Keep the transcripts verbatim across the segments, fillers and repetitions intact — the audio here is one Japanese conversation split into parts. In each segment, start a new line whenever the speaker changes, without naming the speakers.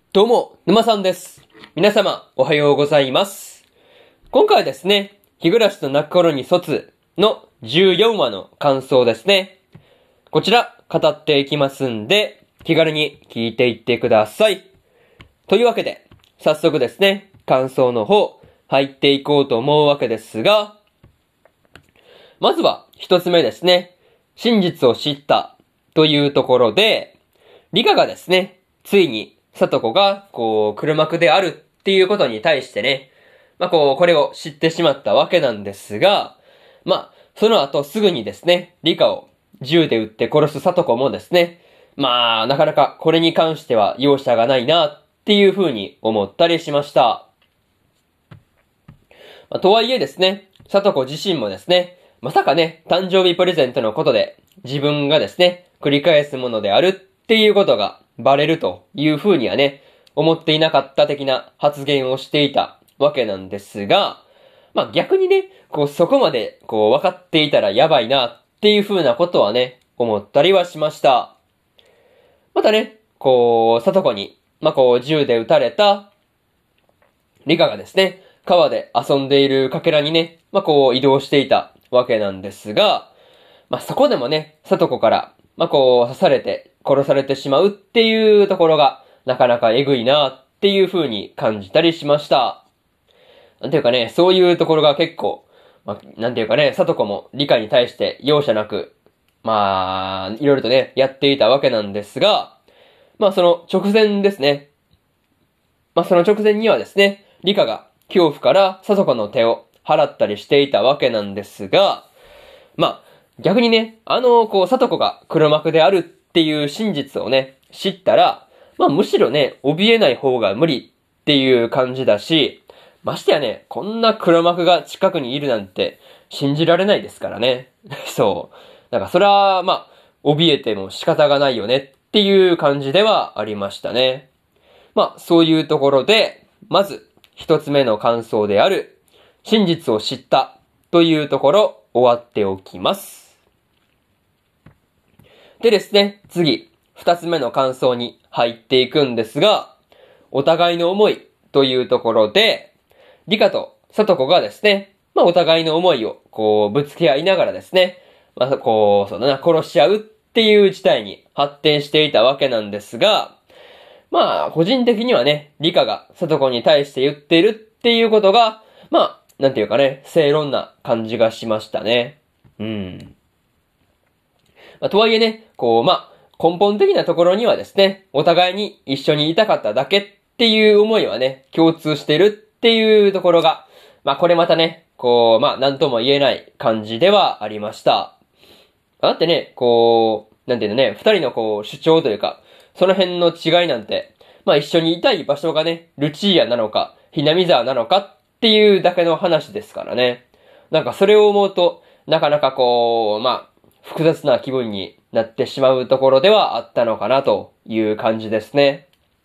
どうも、沼さんです。皆様、おはようございます。今回はですね、日暮らしと泣く頃に卒のじゅうよんわの感想ですね。こちら、語っていきますんで、気軽に聞いていってください。というわけで、早速ですね、感想の方、入っていこうと思うわけですが、まずは一つ目ですね、真実を知ったというところで、理科がですね、ついに、里子が、こう、黒幕であるっていうことに対してね、まあ、こう、これを知ってしまったわけなんですが、まあ、その後すぐにですね、理科を銃で撃って殺す里子もですね、まあ、なかなかこれに関しては容赦がないなっていう風に思ったりしました。まあ、とはいえですね、里子自身もですね、まさかね、誕生日プレゼントのことで、自分がですね、繰り返すものであるっていうことがバレるという風にはね、思っていなかった的な発言をしていたわけなんですが、まあ逆にね、こうそこまでこう分かっていたらやばいなっていう風なことはね、思ったりはしました。またね、こう、里子に、まあこう銃で撃たれたリカがですね、川で遊んでいるかけらにね、まあこう移動していたわけなんですが、まあそこでもね、里子から、まあこう刺されて殺されてしまうっていうところが、なかなかえぐいなっていう風に感じたりしました。なんていうかね、そういうところが結構、まあ、なんていうかね、里子も理科に対して容赦なく、まあ、いろいろとね、やっていたわけなんですが、まあその直前ですね。まあその直前にはですね、理科が恐怖から里子の手を払ったりしていたわけなんですが、まあ、逆にね、あの、こう、里子が黒幕であるっていう真実をね、知ったら、まあむしろね、怯えない方が無理っていう感じだし、ましてやね、こんな黒幕が近くにいるなんて信じられないですからね。そう。なんかそれは、まあ、怯えても仕方がないよねっていう感じではありましたね。まあ、そういうところで、まず、一つ目の感想である、真実を知ったというところ、終わっておきます。でですね、次、二つ目の感想に入っていくんですが、お互いの思いというところで、理科と里子がですね、まあお互いの思いをこうぶつけ合いながらですね、まあこう、そうだな、殺し合うっていう事態に発展していたわけなんですが、まあ個人的にはね、理科が里子に対して言っているっていうことが、まあ、なんていうかね、正論な感じがしましたね。うん。まあ、とはいえね、こう、まあ、根本的なところにはですね、お互いに一緒にいたかっただけっていう思いはね、共通してるっていうところが、まあこれまたね、こう、まあなんとも言えない感じではありました。だってね、こう、なんていうのね、二人のこう主張というか、その辺の違いなんて、まあ一緒にいたい場所がね、ルチーアなのか、ひなみ沢なのかっていうだけの話ですからね。なんかそれを思うと、なかなかこう、まあ、複雑な気分になってしまうところではあったのかなという感じですね。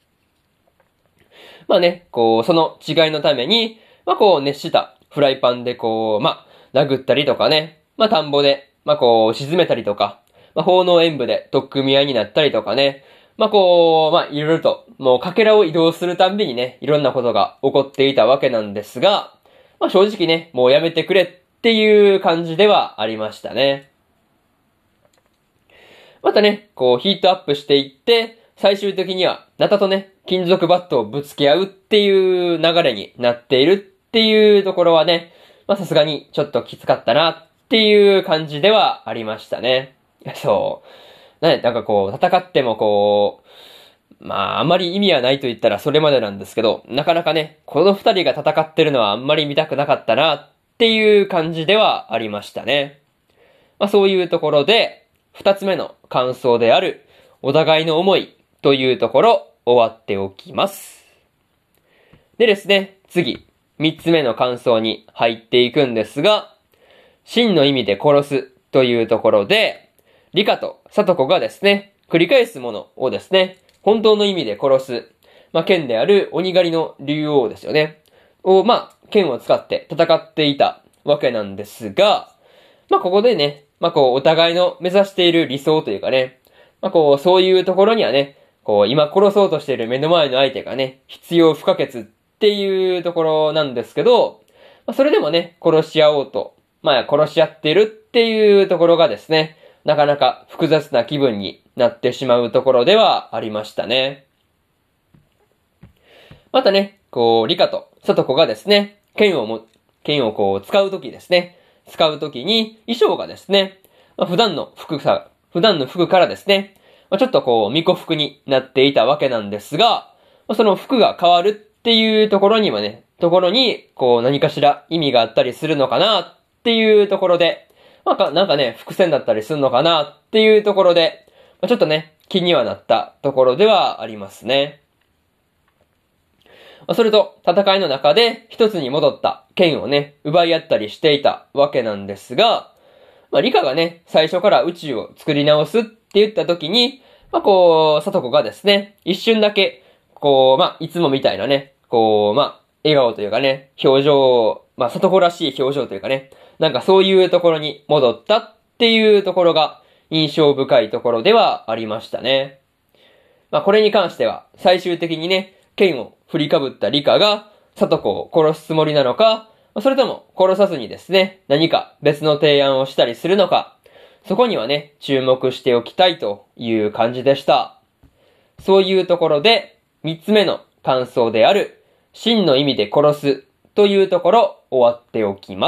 まあね、こう、その違いのために、まあこう熱したフライパンでこう、まあ、殴ったりとかね、まあ田んぼで、まあこう、沈めたりとか、まあ奉納演舞で取っ組み合いになったりとかね、まあこう、まあいろいろと、もうかけらを移動するたんびにね、いろんなことが起こっていたわけなんですが、まあ正直ね、もうやめてくれっていう感じではありましたね。またね、こうヒートアップしていって、最終的には、ナタとね、金属バットをぶつけ合うっていう流れになっているっていうところはね、まあさすがにちょっときつかったなっていう感じではありましたね。そう。ね、なんかこう、戦ってもこう、まああんまり意味はないと言ったらそれまでなんですけど、なかなかね、この二人が戦ってるのはあんまり見たくなかったなっていう感じではありましたね。まあそういうところで、二つ目の感想である、お互いの思いというところ、終わっておきます。でですね、次、三つ目の感想に入っていくんですが、真の意味で殺すというところで、理科と里子がですね、繰り返すものをですね、本当の意味で殺す、まあ、剣である鬼狩りの竜王ですよね。を、まあ、剣を使って戦っていたわけなんですが、まあ、ここでね、まあ、こう、お互いの目指している理想というかね、まあ、こう、そういうところにはね、 こう、今殺そうとしている目の前の相手がね、必要不可欠っていうところなんですけど、まあ、それでもね、殺し合おうと、まあ、殺し合ってるっていうところがですね、なかなか複雑な気分になってしまうところではありましたね。またね、こう、リカとサトコがですね、剣をも、剣をこう、使うときですね、使うときに衣装がですね、まあ、普段の服さ、普段の服からですね、まあ、ちょっとこう、巫女服になっていたわけなんですが、まあ、その服が変わるっていうところにはね、ところに、こう、何かしら意味があったりするのかなっていうところで、まあ、なんかね、伏線だったりするのかなっていうところで、まあ、ちょっとね、気にはなったところではありますね。それと、戦いの中で一つに戻った剣をね、奪い合ったりしていたわけなんですが、まあ、リカがね、最初から宇宙を作り直すって言った時に、まあ、こう、サトコがですね、一瞬だけ、こう、まあ、いつもみたいなね、こう、まあ、笑顔というかね、表情、まあ、サトコらしい表情というかね、なんかそういうところに戻ったっていうところが印象深いところではありましたね。まあ、これに関しては、最終的にね、剣を振りかぶったリカが、サトコを殺すつもりなのか、それとも殺さずにですね、何か別の提案をしたりするのか、そこにはね、注目しておきたいという感じでした。そういうところで、三つ目の感想である、真の意味で殺すというところ、終わっておきます。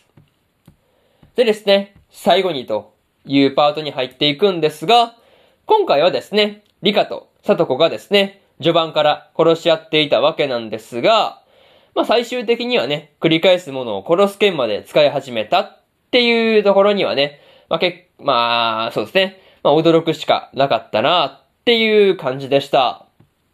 でですね、最後にというパートに入っていくんですが、今回はですね、リカとサトコがですね、序盤から殺し合っていたわけなんですが、まあ最終的にはね、繰り返すものを殺す剣まで使い始めたっていうところにはね、まあけ、まあそうですね、まあ驚くしかなかったなっていう感じでした。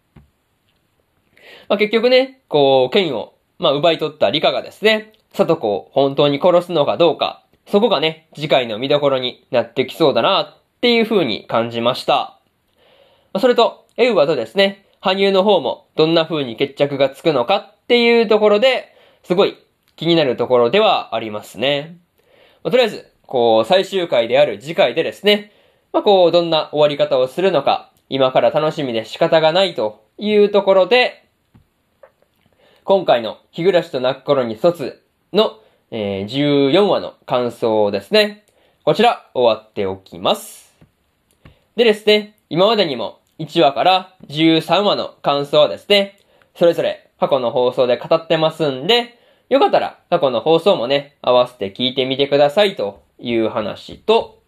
まあ結局ね、こう、剣を、まあ奪い取ったリカがですね、サトコを本当に殺すのかどうか、そこがね、次回の見どころになってきそうだなっていう風に感じました。それと、エウアとですね、羽生の方もどんな風に決着がつくのかっていうところで、すごい気になるところではありますね。まあ、とりあえず、こう、最終回である次回でですね、まあ、こう、どんな終わり方をするのか、今から楽しみで仕方がないというところで、今回の日暮らしと泣く頃に卒の、えー、じゅうよんわの感想ですね。こちら、終わっておきます。でですね、今までにもいちわからじゅうさんわの感想はですね、それぞれ過去の放送で語ってますんで、よかったら過去の放送もね、合わせて聞いてみてくださいという話と、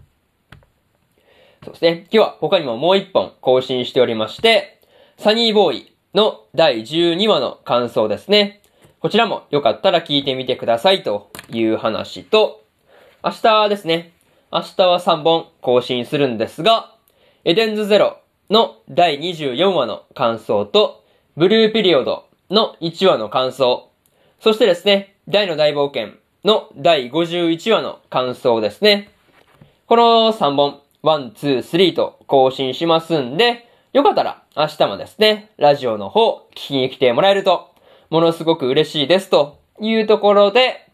そうですね、今日は他にももう一本更新しておりまして、サニーボーイのだいじゅうにわの感想ですね。こちらもよかったら聞いてみてくださいという話と、明日ですね、明日はさんぼん更新するんですが、エデンズゼロのだいにじゅうよんわの感想と、ブルーピリオドのいちわの感想、そしてですね、大の大冒険のだいごじゅういちわの感想ですね。このさんぼん、ワン、ツー、スリーと更新しますんで、よかったら明日もですね、ラジオの方聞きに来てもらえると、ものすごく嬉しいですというところで、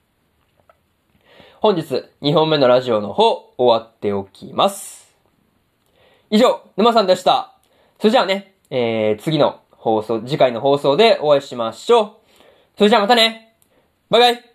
本日にほんめのラジオの方終わっておきます。以上、沼さんでした。それじゃあね、えー、次の放送、次回の放送でお会いしましょう。それじゃあまたね。バイバイ。